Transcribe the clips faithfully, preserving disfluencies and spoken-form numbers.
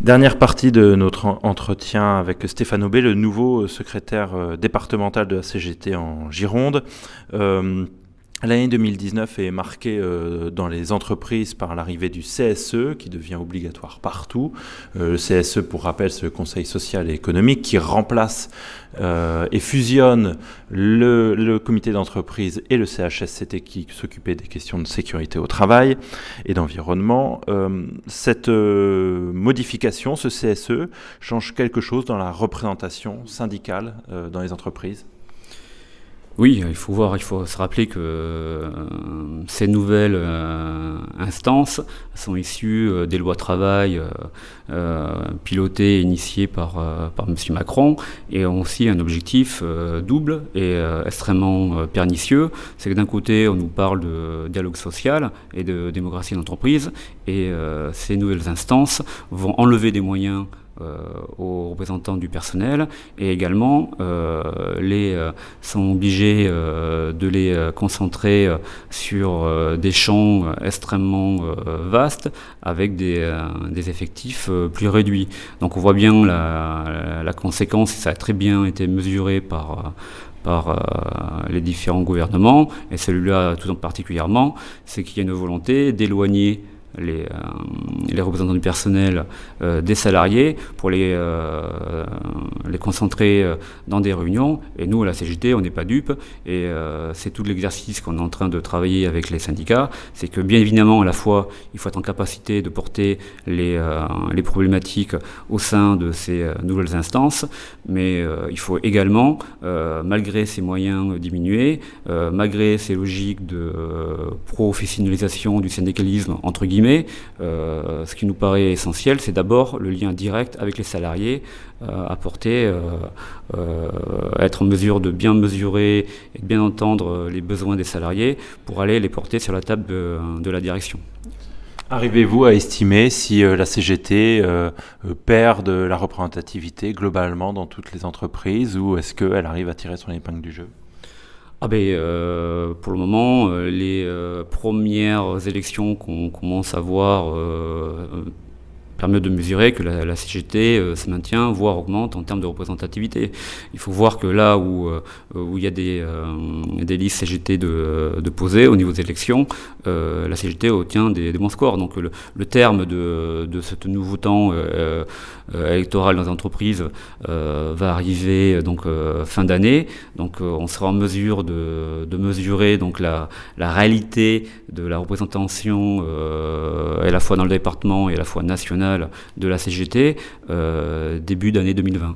Dernière partie de notre en- entretien avec Stéphane Aubé, le nouveau secrétaire euh, départemental de la C G T en Gironde. Euh, L'année deux mille dix-neuf est marquée euh, dans les entreprises par l'arrivée du C S E qui devient obligatoire partout. Euh, le C S E, pour rappel, c'est le Conseil social et économique qui remplace euh, et fusionne le, le comité d'entreprise et le C H S C T qui s'occupait des questions de sécurité au travail et d'environnement. Euh, cette euh, modification, ce C S E, change quelque chose dans la représentation syndicale euh, dans les entreprises ? Oui, il faut voir, il faut se rappeler que euh, ces nouvelles euh, instances sont issues euh, des lois travail euh, euh, pilotées et initiées par, euh, par M. Macron et ont aussi un objectif euh, double et euh, extrêmement euh, pernicieux. C'est que d'un côté, on nous parle de dialogue social et de démocratie d'entreprise et euh, ces nouvelles instances vont enlever des moyens Euh, aux représentants du personnel et également euh, les euh, sont obligés euh, de les euh, concentrer euh, sur euh, des champs euh, extrêmement euh, vastes avec des, euh, des effectifs euh, plus réduits. Donc on voit bien la, la conséquence, et ça a très bien été mesuré par par euh, les différents gouvernements, et celui-là tout en particulièrement, c'est qu'il y a une volonté d'éloigner Les, euh, les représentants du personnel euh, des salariés pour les, euh, les concentrer euh, dans des réunions. Et nous, à la C G T, on n'est pas dupes. Et euh, c'est tout l'exercice qu'on est en train de travailler avec les syndicats. C'est que, bien évidemment, à la fois, il faut être en capacité de porter les, euh, les problématiques au sein de ces euh, nouvelles instances. Mais euh, il faut également, euh, malgré ces moyens diminués, euh, malgré ces logiques de euh, professionnalisation du syndicalisme, entre guillemets, Mais euh, ce qui nous paraît essentiel, c'est d'abord le lien direct avec les salariés, euh, apporter, euh, euh, être en mesure de bien mesurer et de bien entendre les besoins des salariés pour aller les porter sur la table de, de la direction. Arrivez-vous à estimer si euh, la C G T euh, perd de la représentativité globalement dans toutes les entreprises, ou est-ce qu'elle arrive à tirer son épingle du jeu ? Ah ben, euh, pour le moment, euh, les euh, premières élections qu'on commence à voir euh, permettent de mesurer que la, la C G T euh, se maintient, voire augmente en termes de représentativité. Il faut voir que là où euh, où il y a des, euh, des listes C G T de, de posées au niveau des élections, euh, la C G T obtient des, des bons scores. Donc le, le terme de, de ce nouveau temps euh, euh, électoral dans les entreprises euh, va arriver donc euh, fin d'année. Donc euh, on sera en mesure de, de mesurer donc la, la réalité de la représentation euh, à la fois dans le département et à la fois nationale de la C G T euh, début d'année deux mille vingt.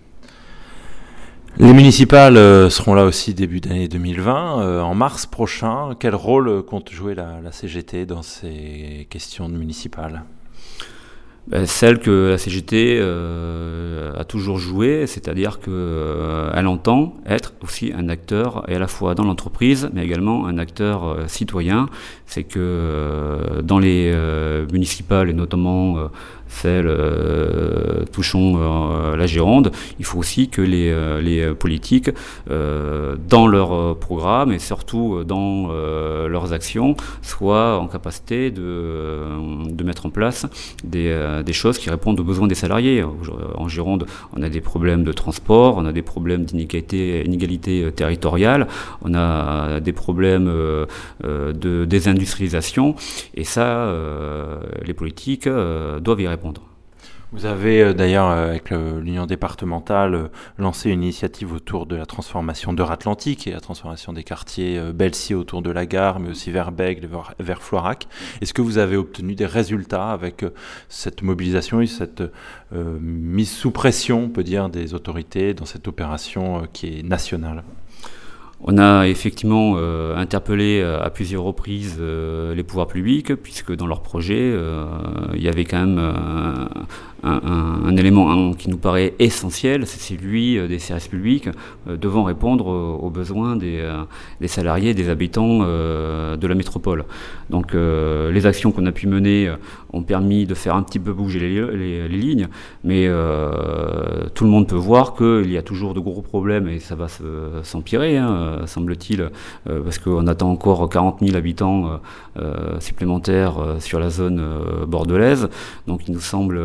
Les municipales euh, seront là aussi début d'année deux mille vingt. Euh, en mars prochain, quel rôle compte jouer la, la C G T dans ces questions municipales ? Ben, celle que la C G T euh, a toujours joué, c'est-à-dire qu'elle euh, entend être aussi un acteur, et à la fois dans l'entreprise, mais également un acteur euh, citoyen. C'est que euh, dans les euh, municipales, et notamment euh, celles euh, touchant euh, la Gironde, il faut aussi que les, euh, les politiques, euh, dans leur programme et surtout dans euh, leurs actions, soient en capacité de, de mettre en place des, euh, des choses qui répondent aux besoins des salariés. En Gironde, on a des problèmes de transport, on a des problèmes d'inégalité, inégalité territoriale, on a des problèmes euh, de désindustrialisation, et ça, euh, les politiques euh, doivent y répondre. Vous avez euh, d'ailleurs, euh, avec le, l'Union départementale, euh, lancé une initiative autour de la transformation d'Eure-Atlantique et la transformation des quartiers euh, Belsier autour de la gare, mais aussi vers Bègles, vers, vers Floirac. Est-ce que vous avez obtenu des résultats avec euh, cette mobilisation et cette euh, mise sous pression, on peut dire, des autorités dans cette opération euh, qui est nationale ? On a effectivement euh, interpellé euh, à plusieurs reprises euh, les pouvoirs publics, puisque dans leur projet, euh, il y avait quand même euh, un, un, un élément un, qui nous paraît essentiel, c'est celui euh, des services publics euh, devant répondre aux, aux besoins des, euh, des salariés, des habitants euh, de la métropole. Donc euh, les actions qu'on a pu mener euh, ont permis de faire un petit peu bouger les, les, les lignes, mais euh, tout le monde peut voir qu'il y a toujours de gros problèmes, et ça va se, s'empirer, hein, semble-t-il, euh, parce qu'on attend encore quarante mille habitants euh, supplémentaires euh, sur la zone euh, bordelaise. Donc il nous semble euh,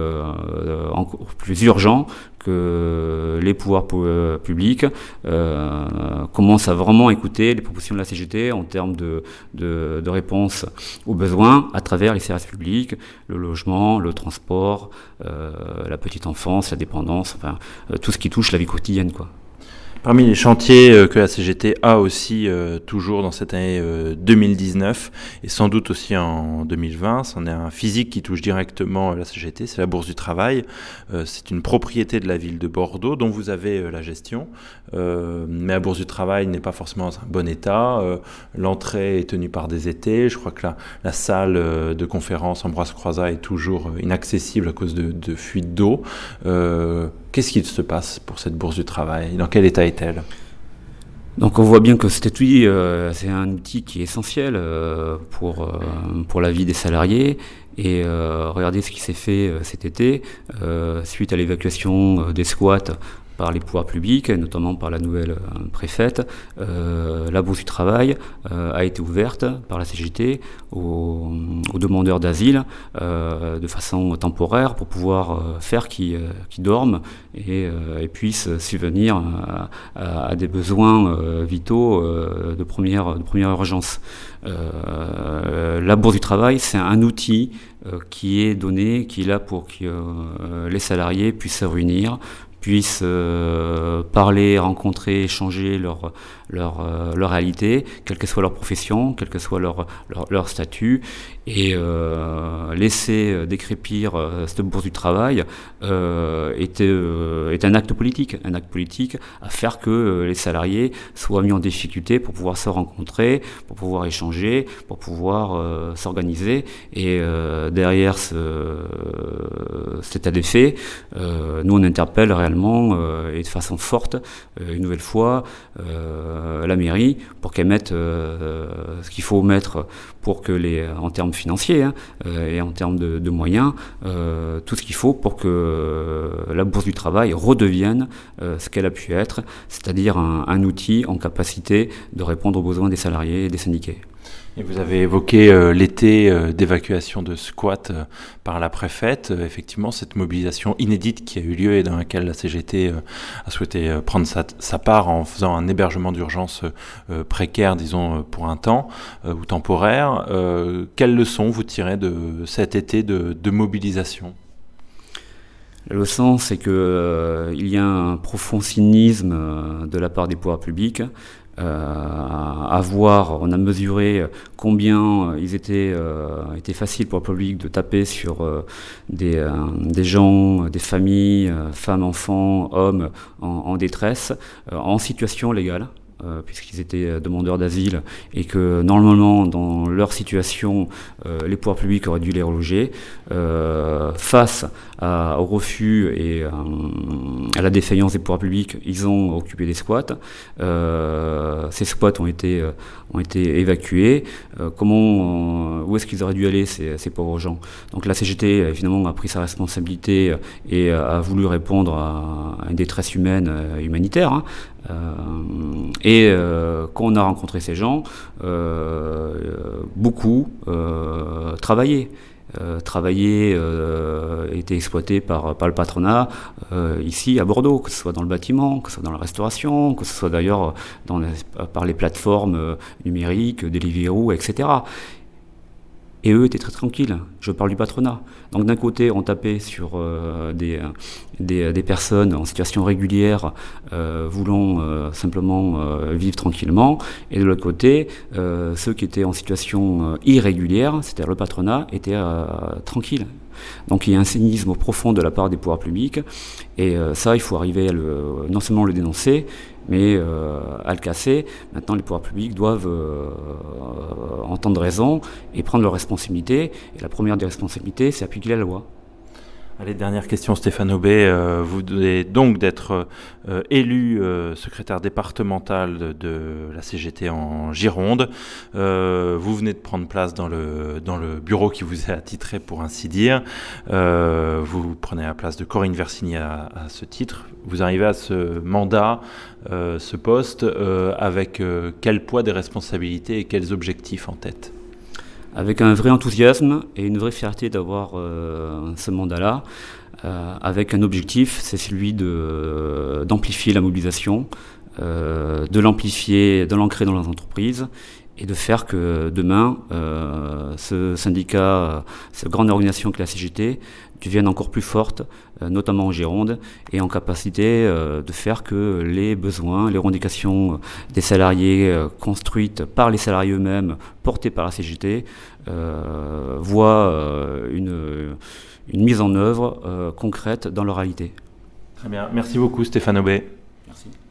euh, encore plus urgent que les pouvoirs euh, publics euh, commencent à vraiment écouter les propositions de la C G T en termes de, de, de réponse aux besoins à travers les services publics, le logement, le transport, euh, la petite enfance, la dépendance, enfin euh, tout ce qui touche la vie quotidienne, quoi. Parmi les chantiers que la C G T a aussi euh, toujours dans cette année euh, deux mille dix-neuf et sans doute aussi en deux mille vingt, c'en est un physique qui touche directement la C G T, c'est la Bourse du Travail. Euh, c'est une propriété de la ville de Bordeaux dont vous avez euh, la gestion. Euh, mais la Bourse du Travail n'est pas forcément dans un bon état. Euh, l'entrée est tenue par des étés. Je crois que la, la salle de conférence Ambroise Croizat est toujours inaccessible à cause de, de fuites d'eau. Euh, Qu'est-ce qu'il se passe pour cette Bourse du Travail ? Dans quel état est-elle ? Donc on voit bien que cet outil, euh, c'est un outil qui est essentiel euh, pour, euh, pour la vie des salariés. Et euh, regardez ce qui s'est fait euh, cet été, euh, suite à l'évacuation euh, des squats par les pouvoirs publics, notamment par la nouvelle euh, préfète. Euh, la Bourse du Travail euh, a été ouverte par la C G T aux, aux demandeurs d'asile euh, de façon temporaire pour pouvoir euh, faire qu'ils euh, qu'ils dorment et, euh, et puissent subvenir à, à, à des besoins euh, vitaux euh, de, première, de première urgence. Euh, la Bourse du Travail, c'est un outil euh, qui est donné, qui est là pour que euh, les salariés puissent se réunir, puissent euh, parler, rencontrer, échanger leur, leur, euh, leur réalité, quelle que soit leur profession, quel que soit leur, leur, leur statut, et euh, laisser décrépir euh, cette Bourse du Travail euh, est, euh, est un acte politique, un acte politique à faire que euh, les salariés soient mis en difficulté pour pouvoir se rencontrer, pour pouvoir échanger, pour pouvoir euh, s'organiser, et euh, derrière ce, euh, cet état des faits, euh, nous on interpelle réellement Euh, et de façon forte, euh, une nouvelle fois, euh, la mairie pour qu'elle mette euh, ce qu'il faut mettre pour que les, en termes financiers hein, euh, et en termes de, de moyens, euh, tout ce qu'il faut pour que euh, la Bourse du Travail redevienne euh, ce qu'elle a pu être, c'est-à-dire un, un outil en capacité de répondre aux besoins des salariés et des syndiqués. Et vous avez évoqué euh, l'été euh, d'évacuation de squats euh, par la préfète. Euh, effectivement, cette mobilisation inédite qui a eu lieu et dans laquelle la C G T euh, a souhaité euh, prendre sa, sa part en faisant un hébergement d'urgence euh, précaire, disons, euh, pour un temps euh, ou temporaire. Euh, quelles leçons vous tirez de cet été de, de mobilisation ? La leçon, c'est qu'il euh, y a un profond cynisme euh, de la part des pouvoirs publics. Euh, à voir, on a mesuré combien euh, il était, euh, était facile pour le public de taper sur euh, des, euh, des gens, des familles, euh, femmes, enfants, hommes en, en détresse, euh, en situation légale. Euh, puisqu'ils étaient demandeurs d'asile et que normalement dans leur situation euh, les pouvoirs publics auraient dû les reloger euh, face à, au refus et euh, à la défaillance des pouvoirs publics, ils ont occupé des squats. Euh, ces squats ont été, euh, ont été évacués. Euh, comment, euh, où est-ce qu'ils auraient dû aller ces, ces pauvres gens ? Donc la C G T évidemment a pris sa responsabilité et a voulu répondre à, à une détresse humaine, euh, humanitaire. Hein. Euh, et euh, quand on a rencontré ces gens, euh, beaucoup euh, travaillaient. Euh, travaillaient, euh, étaient exploités par, par le patronat euh, ici à Bordeaux, que ce soit dans le bâtiment, que ce soit dans la restauration, que ce soit d'ailleurs dans les, par les plateformes numériques, Deliveroo, et cetera. Et eux étaient très tranquilles, je parle du patronat. Donc d'un côté, on tapait sur euh, des, des, des personnes en situation régulière euh, voulant euh, simplement euh, vivre tranquillement. Et de l'autre côté, euh, ceux qui étaient en situation euh, irrégulière, c'est-à-dire le patronat, étaient euh, tranquilles. Donc il y a un cynisme profond de la part des pouvoirs publics. Et euh, ça, il faut arriver à le, non seulement le dénoncer, mais euh, à le casser. Maintenant, les pouvoirs publics doivent euh, entendre raison et prendre leurs responsabilités. Et la première des responsabilités, c'est appliquer la loi. Allez, dernière question, Stéphane Aubé. Euh, vous venez donc d'être euh, élu euh, secrétaire départemental de, de la C G T en Gironde. Euh, vous venez de prendre place dans le, dans le bureau qui vous est attitré, pour ainsi dire. Euh, vous prenez la place de Corinne Versini à, à ce titre. Vous arrivez à ce mandat, euh, ce poste, euh, avec euh, quel poids des responsabilités et quels objectifs en tête ? Avec un vrai enthousiasme et une vraie fierté d'avoir euh, ce mandat-là, euh, avec un objectif, c'est celui de, d'amplifier la mobilisation, euh, de l'amplifier, de l'ancrer dans les entreprises, et de faire que demain, euh, ce syndicat, cette grande organisation que la C G T, devienne encore plus forte, euh, notamment en Gironde, et en capacité euh, de faire que les besoins, les revendications des salariés euh, construites par les salariés eux-mêmes, portées par la C G T, euh, voient euh, une, une mise en œuvre euh, concrète dans leur réalité. Très bien. Merci beaucoup Stéphane Aubé. Merci.